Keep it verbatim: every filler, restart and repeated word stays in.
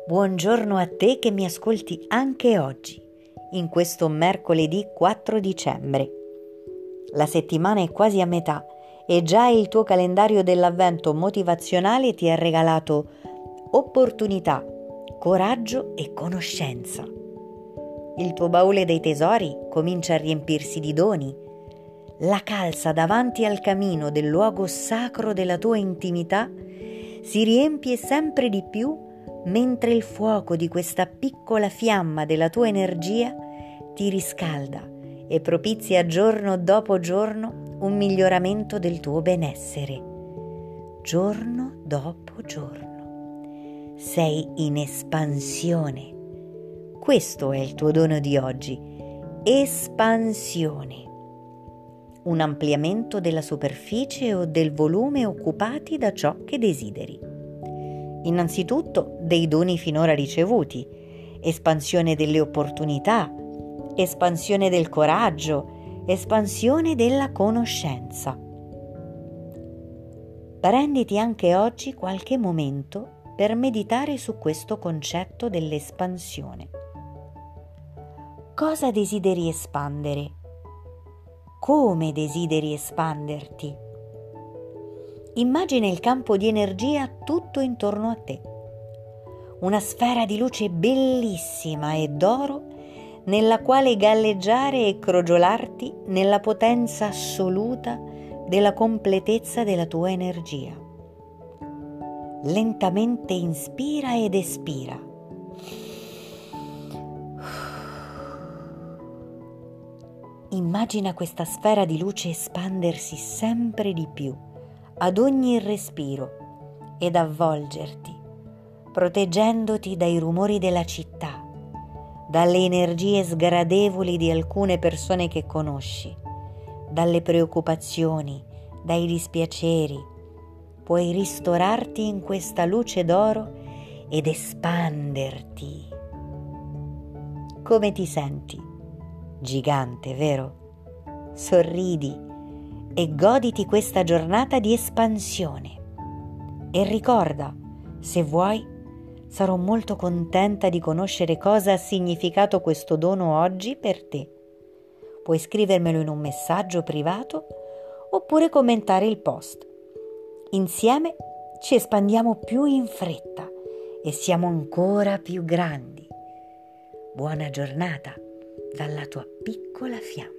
Buongiorno a te che mi ascolti anche oggi, in questo mercoledì quattro dicembre. La settimana è quasi a metà e già il tuo calendario dell'avvento motivazionale ti ha regalato opportunità, coraggio e conoscenza. Il tuo baule dei tesori comincia a riempirsi di doni. La calza davanti al camino del luogo sacro della tua intimità si riempie sempre di più mentre il fuoco di questa piccola fiamma della tua energia ti riscalda e propizia giorno dopo giorno un miglioramento del tuo benessere. Giorno dopo giorno. Sei in espansione. Questo è il tuo dono di oggi. Espansione. Un ampliamento della superficie o del volume occupati da ciò che desideri. Innanzitutto dei doni finora ricevuti, espansione delle opportunità, espansione del coraggio, espansione della conoscenza. Prenditi anche oggi qualche momento per meditare su questo concetto dell'espansione. Cosa desideri espandere? Come desideri espanderti? Immagina il campo di energia tutto intorno a te. Una sfera di luce bellissima e d'oro nella quale galleggiare e crogiolarti nella potenza assoluta della completezza della tua energia. Lentamente inspira ed espira. Immagina questa sfera di luce espandersi sempre di più ad ogni respiro ed avvolgerti, proteggendoti dai rumori della città, dalle energie sgradevoli di alcune persone che conosci, dalle preoccupazioni, dai dispiaceri. Puoi ristorarti in questa luce d'oro ed espanderti. Come ti senti? Gigante, vero? Sorridi e goditi questa giornata di espansione. E ricorda, se vuoi, sarò molto contenta di conoscere cosa ha significato questo dono oggi per te. Puoi scrivermelo in un messaggio privato oppure commentare il post. Insieme ci espandiamo più in fretta e siamo ancora più grandi. Buona giornata dalla tua piccola fiamma.